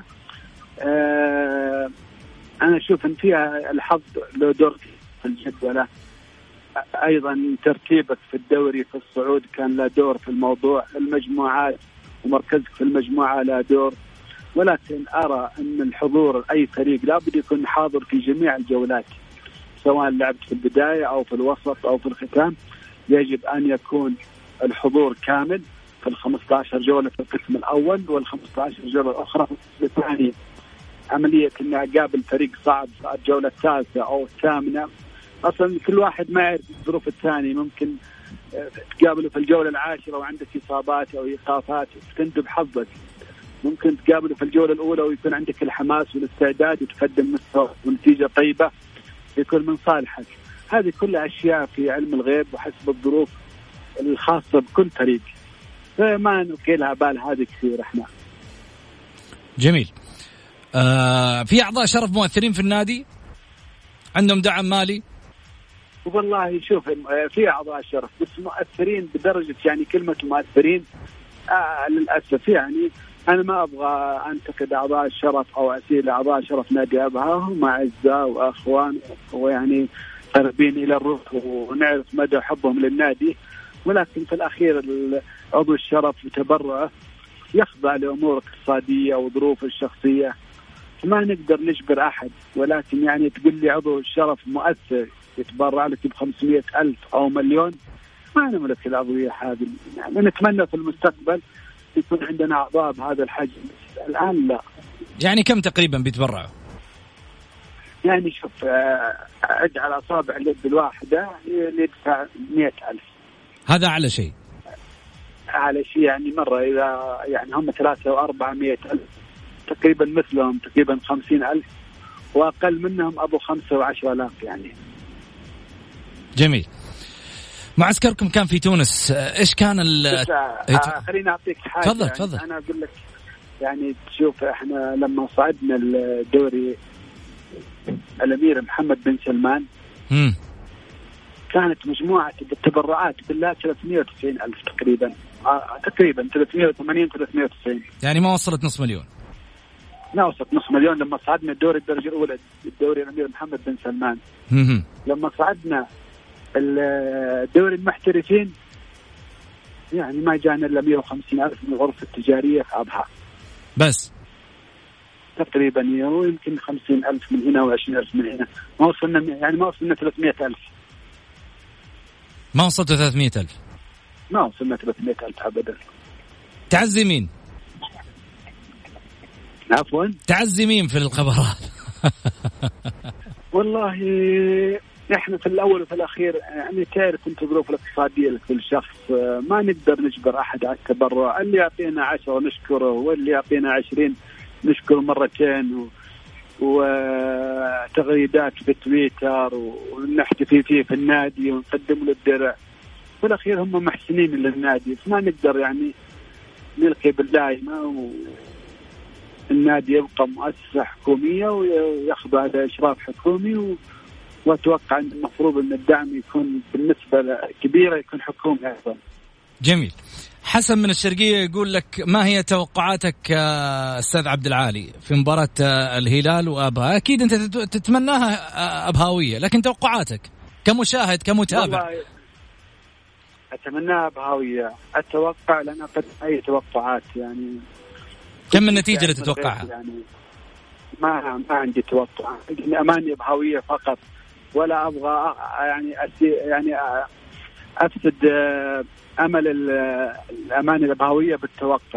Speaker 5: أنا أشوف أن فيها الحظ له دور في الجدولة. أيضا ترتيبك في الدوري في الصعود كان له دور في الموضوع. المجموعات ومركزك في المجموعة له دور. ولكن أرى أن الحضور أي فريق لابد يكون حاضر في جميع الجولات، سواء لعبت في البداية أو في الوسط أو في الختام. يجب أن يكون الحضور كامل في 15 جولة في القسم الأول، وال15 جولة الأخرى في القسم الثاني. عملية أن أقابل فريق صعب في الجولة الثالثة أو الثامنة، أصلا كل واحد ما يعرف الظروف الثانية. ممكن تقابله في الجولة العاشرة وعندك إصابات أو إيقافات تندب حظك. ممكن تقابله في الجولة الأولى ويكون عندك الحماس والاستعداد وتقدم مستوى ونتيجة طيبة يكون من صالحك. هذه كلها أشياء في علم الغيب وحسب الظروف الخاصة بكل فريق، فما نلقي لها بال هذه كثير احنا.
Speaker 4: جميل. في أعضاء شرف مؤثرين في النادي عندهم دعم مالي؟
Speaker 5: والله شوف في أعضاء شرف بس مؤثرين بدرجة يعني كلمة مؤثرين للأسف يعني أنا ما أبغى أنتقد أعضاء الشرف أو أسيل أعضاء شرف نادي أبها، هم أعزاء وأخوان ويعني قريبين إلى الروح ونعرف مدى حبهم للنادي. ولكن في الأخير عضو الشرف وتبرعه يخضع لأمور اقتصادية وظروف الشخصية، فما نقدر نجبر أحد. ولكن يعني تقول لي عضو الشرف مؤثر يتبرع لك ب500,000 أو مليون، ما نملك العضوية هذه. يعني نتمنى في المستقبل يكون عندنا أعضاء بهذا الحجم، الآن لا.
Speaker 4: يعني كم تقريبا بيتبرعوا؟
Speaker 5: يعني شوف أجعل أصابع اليد الواحدة يدفع 100,000.
Speaker 4: هذا أعلى شيء.
Speaker 5: أعلى شيء يعني مرة إذا يعني هم 3 و 400,000 تقريبا مثلهم تقريبا 50,000، وأقل منهم أبو 5 و 10,000 يعني.
Speaker 4: جميل. معسكركم كان في تونس، إيش كان
Speaker 5: خليني أعطيك حاجة.
Speaker 4: تفضل.
Speaker 5: يعني أنا أقول لك يعني تشوف إحنا لما صعدنا الدوري الأمير محمد بن سلمان كانت مجموعة التبرعات بالله 390,000 تقريبا 380-390.
Speaker 4: يعني ما وصلت نص مليون.
Speaker 5: ما وصلت نص مليون لما صعدنا الدوري الدرجة الأولى الدوري الأمير محمد بن سلمان. لما صعدنا الدوري المحترفين يعني ما جانا إلا 150,000 من الغرفة التجارية في أبها
Speaker 4: بس
Speaker 5: تقريبا، ويمكن 50,000 من هنا و20,000 من هنا. ما وصلنا يعني ما وصلنا 300,000.
Speaker 4: ما وصلت 300,000.
Speaker 5: ما وصلنا 300,000 أبدا.
Speaker 4: تعزي مين؟
Speaker 5: عفوا؟
Speaker 4: تعزي مين في الخبرات؟
Speaker 5: والله احنا في الاول وفي الاخير يعني تعرف انت الظروف الاقتصاديه لكل شخص، ما نقدر نجبر احد على التبرع. اللي يعطينا 10 نشكره، واللي يعطينا 20 نشكره مرتين، وتغريدات في تويتر ونحتفي فيه في النادي ونقدم له الدرع. في الاخير هم محسنين للنادي، فما نقدر يعني نلقي بالدائمه، والنادي يبقى مؤسسه حكوميه ويخضع لاشراف حكومي، واتوقع ان المفروض ان الدعم يكون بالنسبه كبيره يكون حكومي ايضا.
Speaker 4: جميل. حسن من الشرقيه يقول لك ما هي توقعاتك استاذ عبد العالي في مباراه الهلال وابها؟ اكيد انت تتمناها ابهاويه، لكن توقعاتك كمشاهد كمتابع؟
Speaker 5: اتمناها ابهاويه. اتوقع لان قد اي توقعات يعني.
Speaker 4: كم النتيجه اللي تتوقعها؟
Speaker 5: يعني ما عندي توقع، اماني ابهاويه فقط، ولا ابغى يعني افسد امل الاماني الابهاويه بالتوقع.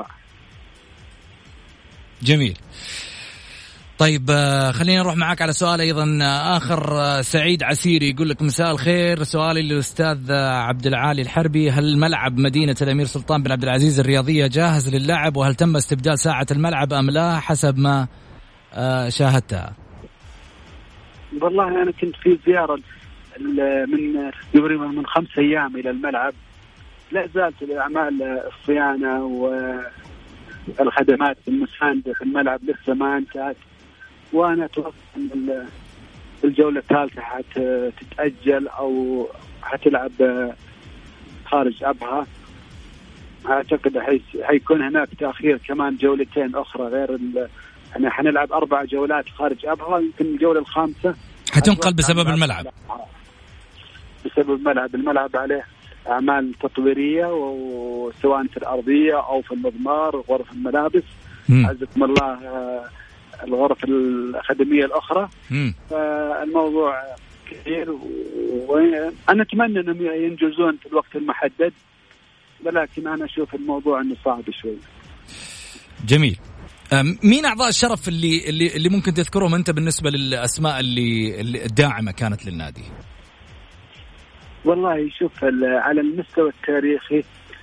Speaker 4: جميل. طيب خلينا نروح معك على سؤال ايضا اخر. سعيد عسيري يقول لك مساء الخير، سؤالي للاستاذ عبد العالي الحربي، هل ملعب مدينه الامير سلطان بن عبد العزيز الرياضيه جاهز للعب، وهل تم استبدال ساعه الملعب ام لا حسب ما شاهدتها؟
Speaker 5: والله انا كنت في زياره من 5 أيام الى الملعب، لا زالت الاعمال الصيانه والخدمات المساندة في الملعب لسه ما انتهت، وانا اتوقع ان الجوله الثالثه حتتاجل او حتلعب خارج ابها. اعتقد حيكون هناك تاخير كمان جولتين اخرى غير يعني حنلعب 4 جولات خارج ابها، يمكن الجوله الخامسه
Speaker 4: حتنقل بسبب الملعب.
Speaker 5: بسبب الملعب عليه أعمال تطويرية، وسواء في الأرضية أو في المضمار غرف الملابس عزكم الله الغرف الخدمية الأخرى. الموضوع كثير، وأنا أتمنى أنهم ينجزون في الوقت المحدد، ولكن أنا أشوف الموضوع أنه صعب شوي.
Speaker 4: جميل. مين أعضاء الشرف اللي ممكن تذكرهم أنت بالنسبة للأسماء اللي الداعمة كانت للنادي؟
Speaker 5: والله شوف على المستوى التاريخي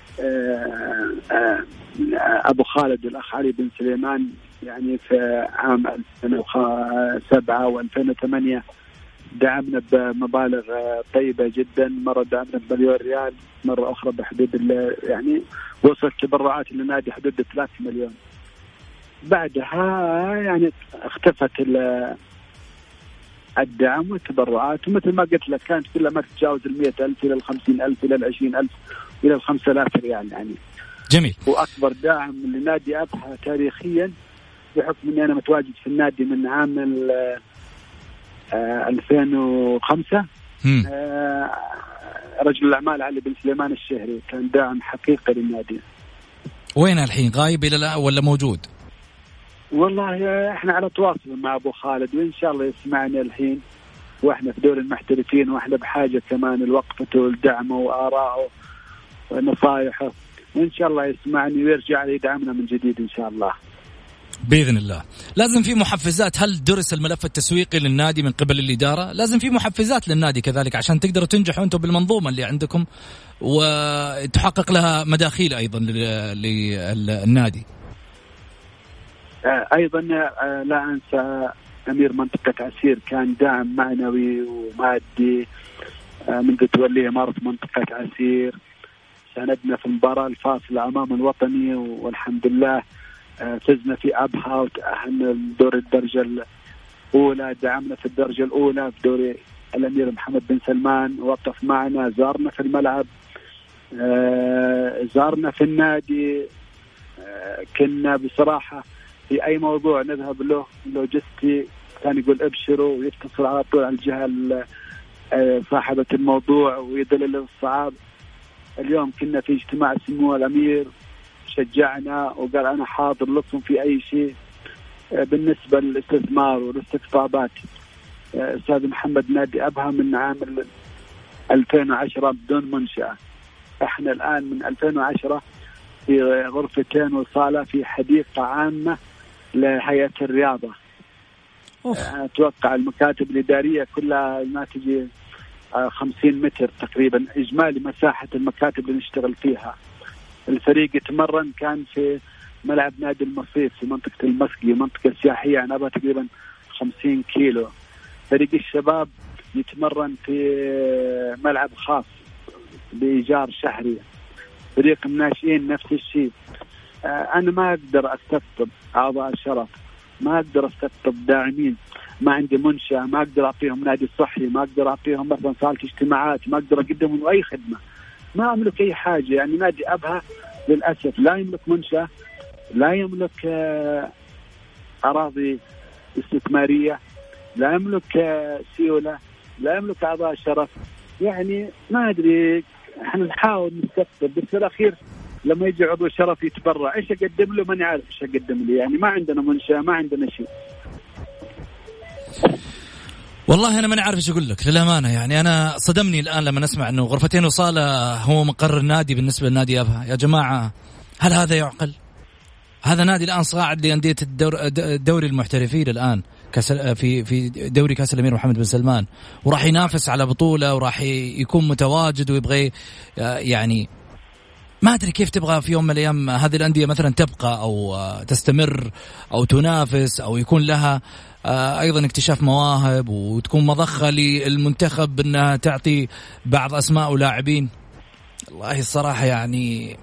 Speaker 5: أبو خالد الأخ علي بن سليمان، يعني في عام 2007 و2008 دعمنا بمبالغ طيبة جدا، مرة دعمنا ب1,000,000 ريال، مرة أخرى بحدود يعني وصلت تبرعات للنادي حدود 3 مليون. بعدها يعني اختفت الدعم والتبرعات، ومثل ما قلت لك كانت كلها ما تتجاوز 100,000 إلى 50,000 إلى 20,000 إلى 5,000 ريال يعني.
Speaker 4: جميل.
Speaker 5: وأكبر داعم لنادي أبها تاريخيا بحكم أني أنا متواجد في النادي من عام 2005 رجل الأعمال علي بن سليمان الشهري، كان داعم حقيقي للنادي.
Speaker 4: وين الحين؟ غايب إلى لا ولا موجود؟
Speaker 5: والله احنا على تواصل مع ابو خالد، وان شاء الله يسمعني الحين، واحنا في دور المحترفين، واحنا بحاجه كمان لوقفته ودعمه وآراءه ونصايحه، وان شاء الله يسمعني ويرجع يدعمنا من جديد ان شاء الله
Speaker 4: باذن الله. لازم في محفزات. هل درس الملف التسويقي للنادي من قبل الاداره؟ لازم في محفزات للنادي كذلك عشان تقدروا تنجحوا انتم بالمنظومه اللي عندكم وتحقق لها مداخيل ايضا للنادي.
Speaker 5: ايضا لا انسى امير منطقه عسير، كان دعم معنوي ومادي منذ توليه اماره منطقه عسير، ساندنا في المباراه الفاصله امام الوطني، والحمد لله فزنا في ابها وتاهلنا لدور الدرجه الاولى، دعمنا في الدرجه الاولى في دوري الامير محمد بن سلمان، وقف معنا، زارنا في الملعب، زارنا في النادي، كنا بصراحه في أي موضوع نذهب له لوجستي كان يقول أبشروا، ويتصل على طول على الجهة صاحبة الموضوع ويدلل الصعاب. اليوم كنا في اجتماع سمو الأمير، شجعنا وقال أنا حاضر لكم في أي شيء بالنسبة للاستثمار والاستقطابات. أستاذ محمد نادي أبها من عام 2010 بدون منشأة، احنا الآن من 2010 في غرفتين وصالة في حديقة عامة لهيئة الرياضة. أتوقع المكاتب الإدارية كلها ما تجي 50 متر تقريبا إجمالي مساحة المكاتب اللي نشتغل فيها. الفريق يتمرن كان في ملعب نادي المصيف في منطقة المسقي، منطقة سياحية عنابها تقريبا 50 كيلو. فريق الشباب يتمرن في ملعب خاص بإيجار شهري. فريق الناشئين نفس الشيء. أنا ما أقدر أستقطب أعضاء شرف، ما أقدر أستقطب داعمين، ما عندي منشأة، ما أقدر أعطيهم نادي صحي، ما أقدر أعطيهم مثلا صالة اجتماعات، ما أقدر أقدم لهم أي خدمة، ما أملك أي حاجة. يعني نادي أبها للأسف لا يملك منشأة، لا يملك أراضي استثمارية، لا يملك سيولة، لا يملك أعضاء شرف. يعني ما أدري، احنا نحاول نستقطب، بس في الأخير لما يجي عضو شرف يتبرع إيش أقدم له؟ ماني عارف إيش أقدم له. يعني ما عندنا منشأة، ما عندنا شيء.
Speaker 4: والله أنا ماني عارف إيش أقول لك للأمانة. يعني أنا صدمني الآن لما نسمع إنه غرفتين وصالة هو مقر النادي بالنسبة لنادي أبها. يا جماعة هل هذا يعقل؟ هذا نادي الآن صاعد لأندية الدوري المحترفين الآن في دوري كأس الأمير محمد بن سلمان، وراح ينافس على بطولة وراح يكون متواجد ويبغى يعني ما أدري كيف تبغى في يوم من الأيام هذه الأندية مثلا تبقى أو تستمر أو تنافس أو يكون لها أيضا اكتشاف مواهب وتكون مضخة للمنتخب أنها تعطي بعض أسماء ولاعبين. والله الصراحة يعني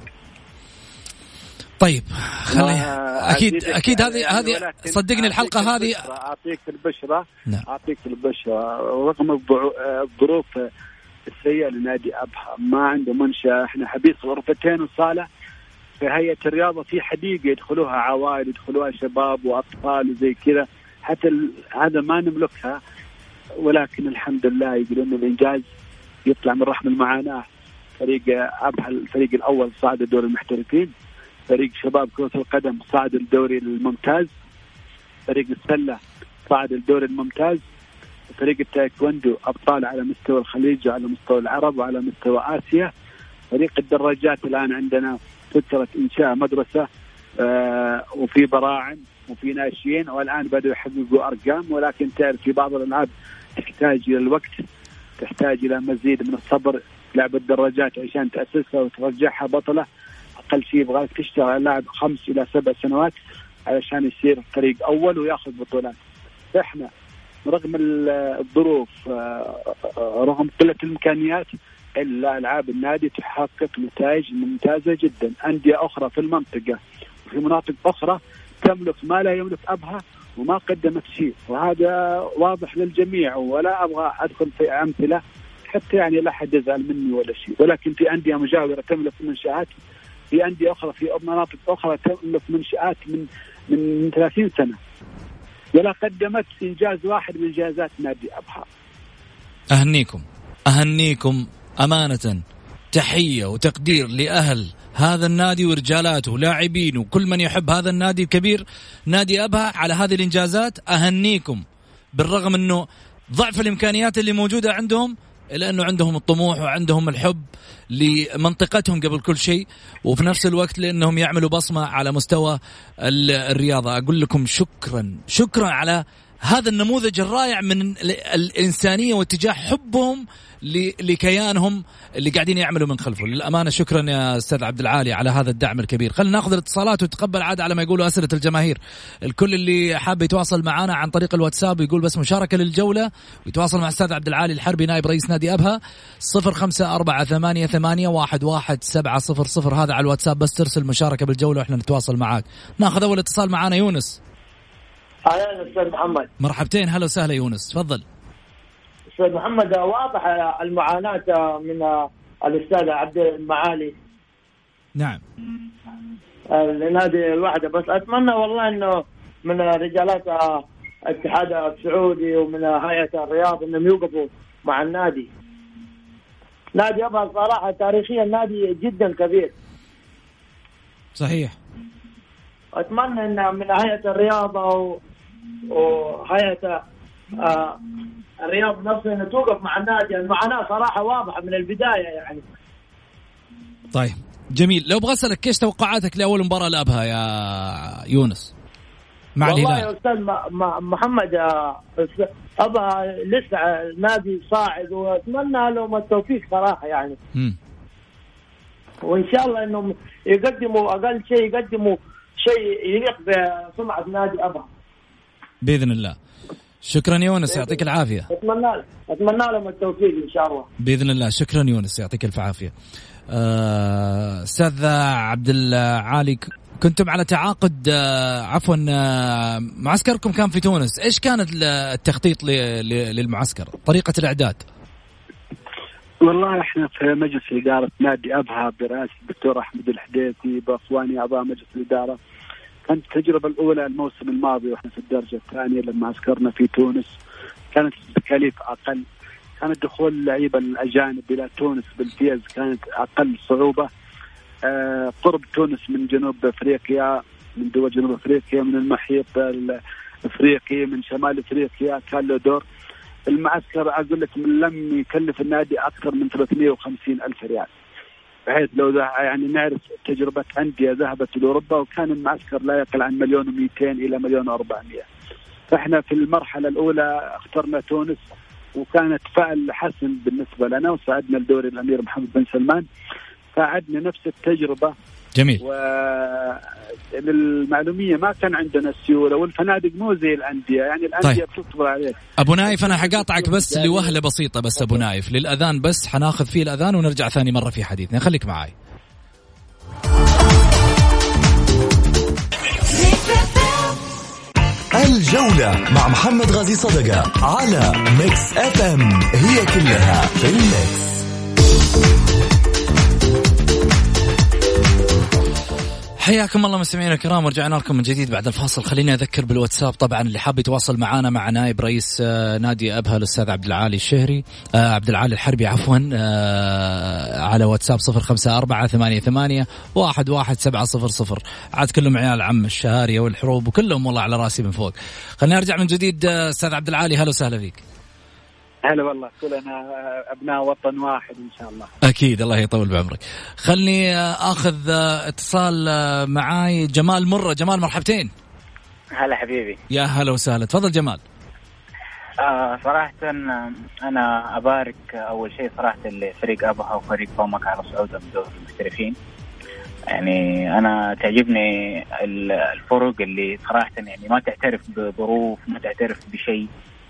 Speaker 4: طيب أكيد هذه صدقني الحلقة هذه
Speaker 5: أعطيك البشرة. نعم. أعطيك البشرة رغم الظروف السيئة لنادي أبها، ما عنده منشأة. احنا حبيس غرفتين وصالة في هيئة الرياضة، في حديقة يدخلوها عوائل، يدخلوها شباب وأطفال وزي كذا. حتى هذا ما نملكها، ولكن الحمد لله يقولون الإنجاز يطلع من رحم المعاناة. فريق أبها الفريق الأول صعد الدوري المحترفين، فريق شباب كرة القدم صعد الدوري الممتاز، فريق السلة صعد الدوري الممتاز، فريق التايكوندو أبطال على مستوى الخليج وعلى مستوى العرب وعلى مستوى آسيا. فريق الدراجات الآن عندنا فكرة إنشاء مدرسة وفي براعم وفي ناشئين، والآن بدأوا يحققوا أرقام. ولكن تعرف في بعض الألعاب تحتاج إلى الوقت، تحتاج إلى مزيد من الصبر. لعبة الدراجات عشان تأسسها وترجعها بطلة أقل شيء يبغى تشتغل على لاعب 5 إلى 7 سنوات علشان يصير فريق أول ويأخذ بطولات. إحنا رغم الظروف، رغم قلة الإمكانيات، إلا ألعاب النادي تحقق نتائج ممتازة جدا. أندية أخرى في المنطقة وفي مناطق أخرى تملك ما لا يملك أبها وما قدمت شيء، وهذا واضح للجميع. ولا أبغى أدخل في أمثلة حتى يعني لا أحد يزعل مني ولا شيء، ولكن في أندية مجاورة تملك منشآت، في أندية أخرى في مناطق أخرى تملك منشآت من 30 سنة ولا قدمت إنجاز واحد من إنجازات نادي أبها.
Speaker 4: أهنيكم أمانة، تحية وتقدير لأهل هذا النادي ورجالاته ولاعبين وكل من يحب هذا النادي الكبير نادي أبها على هذه الإنجازات. أهنيكم بالرغم أنه ضعف الإمكانيات اللي موجودة عندهم، إلا أنه عندهم الطموح وعندهم الحب لمنطقتهم قبل كل شيء، وفي نفس الوقت لأنهم يعملوا بصمة على مستوى الرياضة. أقول لكم شكرا على هذا النموذج الرائع من الإنسانية واتجاه حبهم لكيانهم اللي قاعدين يعملوا من خلفه. للأمانة شكرا يا أستاذ عبد العالي على هذا الدعم الكبير. خلينا ناخذ الاتصالات وتقبل عاد على ما يقولوا أسئلة الجماهير. الكل اللي حاب يتواصل معنا عن طريق الواتساب ويقول بس مشاركة للجولة ويتواصل مع أستاذ عبد العالي الحربي نائب رئيس نادي أبها 0548811700. هذا على الواتساب، بس ترسل مشاركة بالجولة وإحنا نتواصل معاك. ناخذ أول اتصال معنا يونس.
Speaker 6: أهلا أستاذ محمد.
Speaker 4: مرحبتين، هلا وسهلا يونس، تفضل.
Speaker 6: أستاذ محمد، واضح المعاناة من الأستاذ عبد المعالي.
Speaker 4: نعم.
Speaker 6: لنادي الوحدة، بس أتمنى والله إنه من رجالات الاتحاد السعودي ومن هيئة الرياض إنهم يوقفوا مع النادي. نادي أبها صراحة تاريخيا نادي جدا كبير.
Speaker 4: صحيح.
Speaker 6: أتمنى إن من هيئة الرياضة وهيئة الرياض نفسه إنه توقف مع النادي. المعاناة صراحة واضحة من البداية يعني.
Speaker 4: طيب جميل. لو أبغى أسألك كيف توقعاتك لأول مباراة لأبها يا يونس؟ مع الهلال.
Speaker 6: والله يا أستاذ محمد أبغى لسه نادي صاعد وأتمنى لهم التوفيق صراحة يعني. وإن شاء الله إنهم يقدموا أقل شيء، يقدموا شيء يليق بسمعة نادي أبها
Speaker 4: بإذن الله. شكرا يونس، يعطيك العافية.
Speaker 6: أتمنى لهم التوفيق إن شاء الله بإذن
Speaker 4: الله. شكرا يونس، يعطيك الف عافية. أستاذ عبد العالي، كنتم على تعاقد عفوا معسكركم كان في تونس، إيش كانت التخطيط للمعسكر، طريقة الإعداد؟
Speaker 5: والله احنا في مجلس إدارة نادي أبها برئاسة الدكتور أحمد الحديثي بأخواني أعضاء مجلس الإدارة، كانت التجربة الأولى الموسم الماضي واحنا في الدرجة الثانية لما عسكرنا في تونس، كانت التكاليف أقل، كانت دخول اللعيبة الأجانب إلى تونس بالفيز كانت أقل صعوبة. قرب تونس من جنوب أفريقيا، من دول جنوب أفريقيا، من المحيط الأفريقي، من شمال أفريقيا، كان له دور. المعسكر أقول لك لم يكلف النادي أكثر من 350,000 ريال، بحيث لو يعني نعرف تجربة أندية ذهبت لأوروبا وكان المعسكر لا يقل عن 1,200,000 إلى 1,400,000. فإحنا في المرحلة الأولى اخترنا تونس وكانت فعل حسن بالنسبة لنا، وساعدنا الدوري الأمير محمد بن سلمان، فعدنا نفس التجربة.
Speaker 4: جميل.
Speaker 5: وللمعلومية ما كان عندنا سيولة، والفنادق مو زي الأندية، يعني الأندية بتصبر عليك.
Speaker 4: أبو نايف أنا حقاطعك بس لوهلة بسيطة، بس أبو نايف للأذان، بس حناخذ فيه الأذان ونرجع ثاني مرة في حديثنا، خليك معاي.
Speaker 3: الجولة مع محمد غازي صدقة على ميكس اف ام، هي كلها في الميكس.
Speaker 4: حياكم الله مستمعينا الكرام، ورجعنا لكم من جديد بعد الفاصل. خليني أذكر بالواتساب طبعا اللي حاب يتواصل معنا مع نائب رئيس نادي أبها الأستاذ عبد العالي الشهري، عبد العالي الحربي عفوا، على واتساب 0548811700. عاد كلهم عيال عم الشهارية والحروب وكلهم والله على راسي من فوق. خلينا نرجع من جديد أستاذ عبد العالي، هلا وسهلا فيك.
Speaker 5: هلا والله، كلنا أبناء وطن واحد إن شاء الله.
Speaker 4: أكيد، الله يطول بعمرك. خلني أخذ اتصال معاي جمال مرة. جمال مرحبتين.
Speaker 7: هلا حبيبي.
Speaker 4: يا هلا وسهلا، تفضل جمال.
Speaker 7: صراحة أنا أبارك أول شيء صراحة لفريق أبها وفريق فومك على صعودهم من دوري المحترفين. يعني أنا تعجبني الفرق اللي صراحة يعني ما تعترف بظروف، ما تعترف بشيء،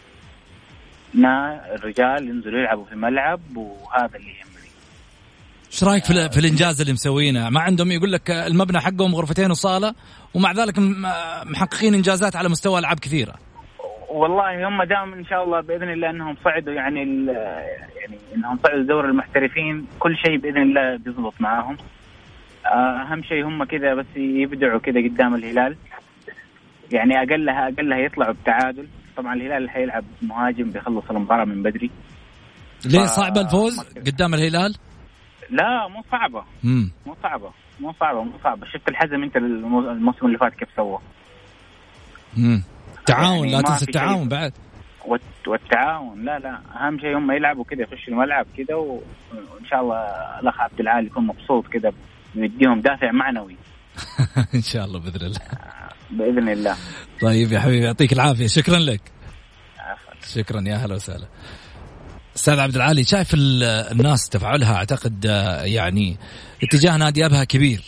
Speaker 7: الرجال ينزلوا يلعبوا في الملعب، وهذا اللي يهمني.
Speaker 4: ايش رايك في الانجاز اللي مسوينه؟ ما عندهم يقول لك المبنى حقهم غرفتين وصاله، ومع ذلك محققين انجازات على مستوى العاب كثيره.
Speaker 7: والله هم دام ان شاء الله باذن الله انهم صعدوا، يعني انهم صعدوا دور المحترفين، كل شيء باذن الله بيضبط معاهم. اهم شيء هم كذا بس يبدعوا كذا قدام الهلال، يعني اقلها يطلعوا بتعادل. طبعا الهلال حيلعب مهاجم بيخلص المباراة من بدري.
Speaker 4: ليه صعبة الفوز قدام الهلال؟
Speaker 7: لا مو صعبة. مو صعبة. شفت الحزم انت الموسم اللي فات كيف سوى.
Speaker 4: تعاون،
Speaker 7: يعني
Speaker 4: لا تنسى التعاون بعد.
Speaker 7: والتعاون لا اهم شيء هم يلعبوا كده، يخشوا الملعب كده، وان شاء الله الاخ عبد العالي يكون مبسوط كده، يديهم دافع معنوي.
Speaker 4: ان شاء الله باذن الله.
Speaker 7: بإذن الله.
Speaker 4: طيب يا حبيبي، يعطيك العافية، شكرا لك. شكرا، يا هلا وسهلا. أستاذ عبد العالي، شايف الناس تفعلها أعتقد يعني اتجاه نادي أبها كبير.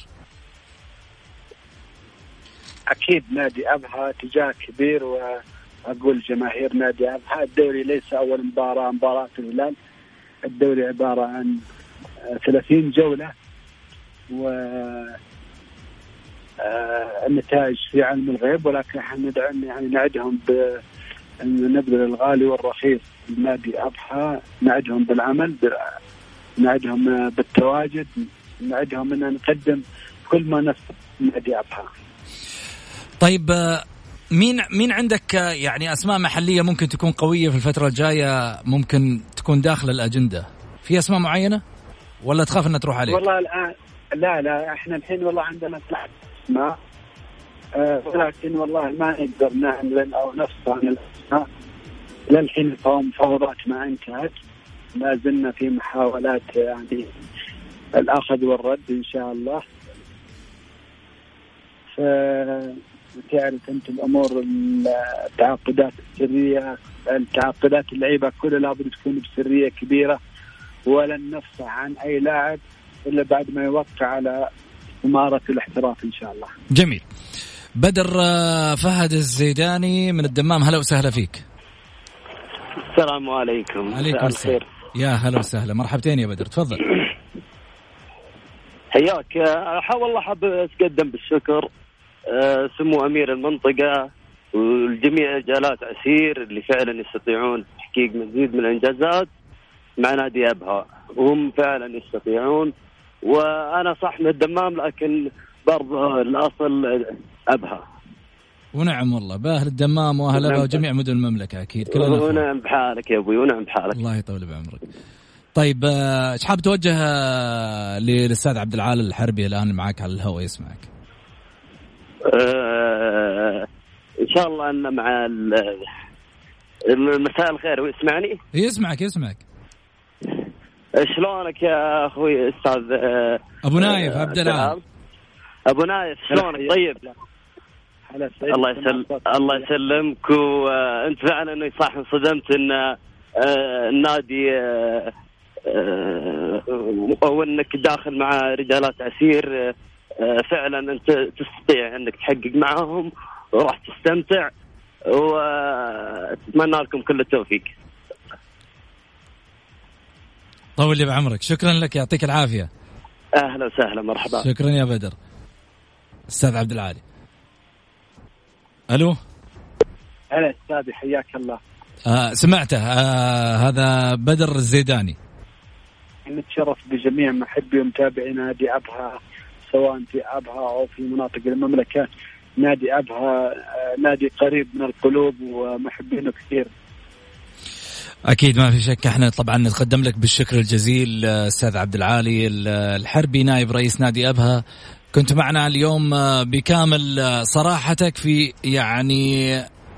Speaker 5: أكيد نادي أبها اتجاه كبير، وأقول جماهير نادي أبها الدوري ليس أول مباراة الهلال، الدوري عبارة عن 30 جولة، و النتائج في علم الغيب، ولكن احنا يعني نعدهم نبذل الغالي والرخيص لنادي أبها، نعدهم بالعمل، نعدهم بالتواجد، نعدهم أن نقدم كل ما نفسه نادي أبها.
Speaker 4: طيب مين عندك يعني أسماء محلية ممكن تكون قوية في الفترة الجاية، ممكن تكون داخل الأجندة؟ في أسماء معينة ولا تخاف أن تروح عليك؟
Speaker 5: والله الآن لا احنا الحين والله عندنا اسماء، ولكن والله ما نقدر نعلن او نفصل عن الاسماء للحين، فوضات ما انتهت، ما زلنا في محاولات يعني الأخذ والرد إن شاء الله. وتعرف أنت الأمور التعاقدات السرية، التعاقدات اللعيبة كلها لابد تكون بسرية كبيرة، ولن نفصح عن أي لاعب إلا بعد ما يوقع على إمارة الاحتراف إن شاء الله.
Speaker 4: جميل. بدر فهد الزيداني من الدمام، هلا وسهلا فيك.
Speaker 8: السلام عليكم.
Speaker 4: عليكم السلام. يا هلا وسهلا، مرحبتين يا بدر، تفضل.
Speaker 8: حياك. والله حاب أتقدم بالشكر سمو أمير المنطقة والجميع رجالات عسير اللي فعلا يستطيعون تحقيق مزيد من الإنجازات مع نادي أبها، وهم فعلا يستطيعون. وأنا صح من الدمام لكن برضه الأصل أبها.
Speaker 4: ونعم والله بأهل الدمام وأهل أبها وجميع مدن المملكة أكيد كلنا.
Speaker 8: ونعم بحالك يا أبوي، ونعم بحالك.
Speaker 4: الله يطول بعمرك. طيب ايش حاب توجه للأستاذ عبد العال الحربي الآن معك على الهواء يسمعك؟
Speaker 8: إن شاء الله أن مع مساء الخير ويسمعني.
Speaker 4: يسمعك.
Speaker 8: شلونك يا أخوي أستاذ
Speaker 4: أبو نايف عبد العال؟
Speaker 8: أبو نايف شلونك؟ طيب الله يسلمك. وأنت فعلا صح انصدمت أن النادي وأنك داخل مع رجالات عسير، فعلا أنت تستطيع أنك تحقق معهم وراح تستمتع، وأتمنى لكم كل التوفيق.
Speaker 4: طول لي بعمرك، شكرا لك، يعطيك العافية.
Speaker 8: أهلا وسهلا، مرحبا.
Speaker 4: شكرا يا بدر. أستاذ عبد العالي. ألو.
Speaker 5: هلا أستاذي، حياك الله.
Speaker 4: سمعته. هذا بدر الزيداني.
Speaker 5: نتشرف بجميع محبي ومتابعي نادي أبها سواء في أبها أو في مناطق المملكة. نادي أبها نادي قريب من القلوب ومحبينه كثير.
Speaker 4: أكيد ما في شك. احنا طبعا نتقدم لك بالشكر الجزيل أستاذ عبد العالي الحربي نائب رئيس نادي أبها. كنت معنا اليوم بكامل صراحتك في يعني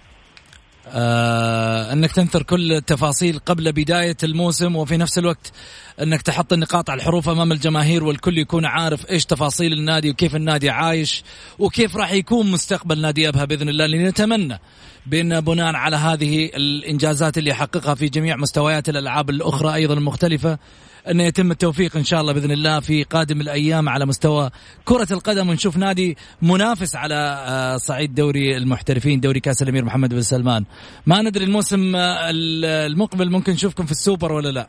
Speaker 4: أنك تنثر كل التفاصيل قبل بداية الموسم، وفي نفس الوقت أنك تحط النقاط على الحروف أمام الجماهير والكل يكون عارف إيش تفاصيل النادي وكيف النادي عايش وكيف راح يكون مستقبل نادي أبها بإذن الله. لنتمنى بأن بناء على هذه الإنجازات اللي يحققها في جميع مستويات الألعاب الأخرى أيضا المختلفة أن يتم التوفيق إن شاء الله بإذن الله في قادم الأيام على مستوى كرة القدم، ونشوف نادي منافس على صعيد دوري المحترفين، دوري كأس الأمير محمد بن سلمان. ما ندري الموسم المقبل ممكن نشوفكم في السوبر ولا لا؟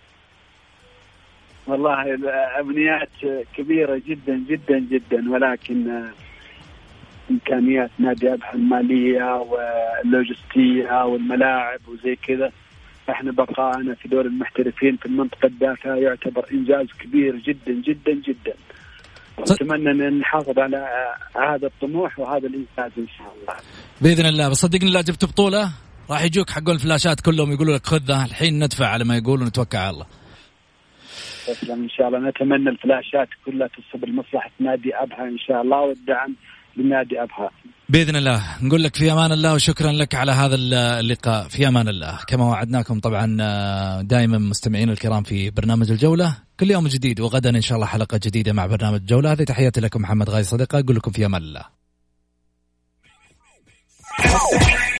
Speaker 5: والله الأمنيات كبيرة جدا جدا جدا، ولكن إمكانيات نادي أبها المالية واللوجستية والملاعب وزي كذا، احنا بقاءنا في دور المحترفين في المنطقة الدافئة يعتبر إنجاز كبير جدا جدا جدا. أتمنى أن نحافظ على هذا الطموح وهذا الإنجاز إن شاء الله
Speaker 4: بإذن الله. بس صدقني لا جبت بطولة راح يجوك حقون الفلاشات كلهم يقولوا لك خذها الحين ندفع على ما يقولوا نتوكل على الله.
Speaker 5: إن شاء الله نتمنى الفلاشات كلها تصب لمصلحة نادي أبها إن شاء الله والدعم لنادي أبها
Speaker 4: بإذن الله. نقول لك في أمان الله وشكرا لك على هذا اللقاء. في أمان الله. كما وعدناكم طبعا دائما مستمعين الكرام في برنامج الجولة كل يوم جديد، وغدا إن شاء الله حلقة جديدة مع برنامج الجولة. هذه تحياتي لكم محمد غازي صدقة، أقول لكم في أمان الله.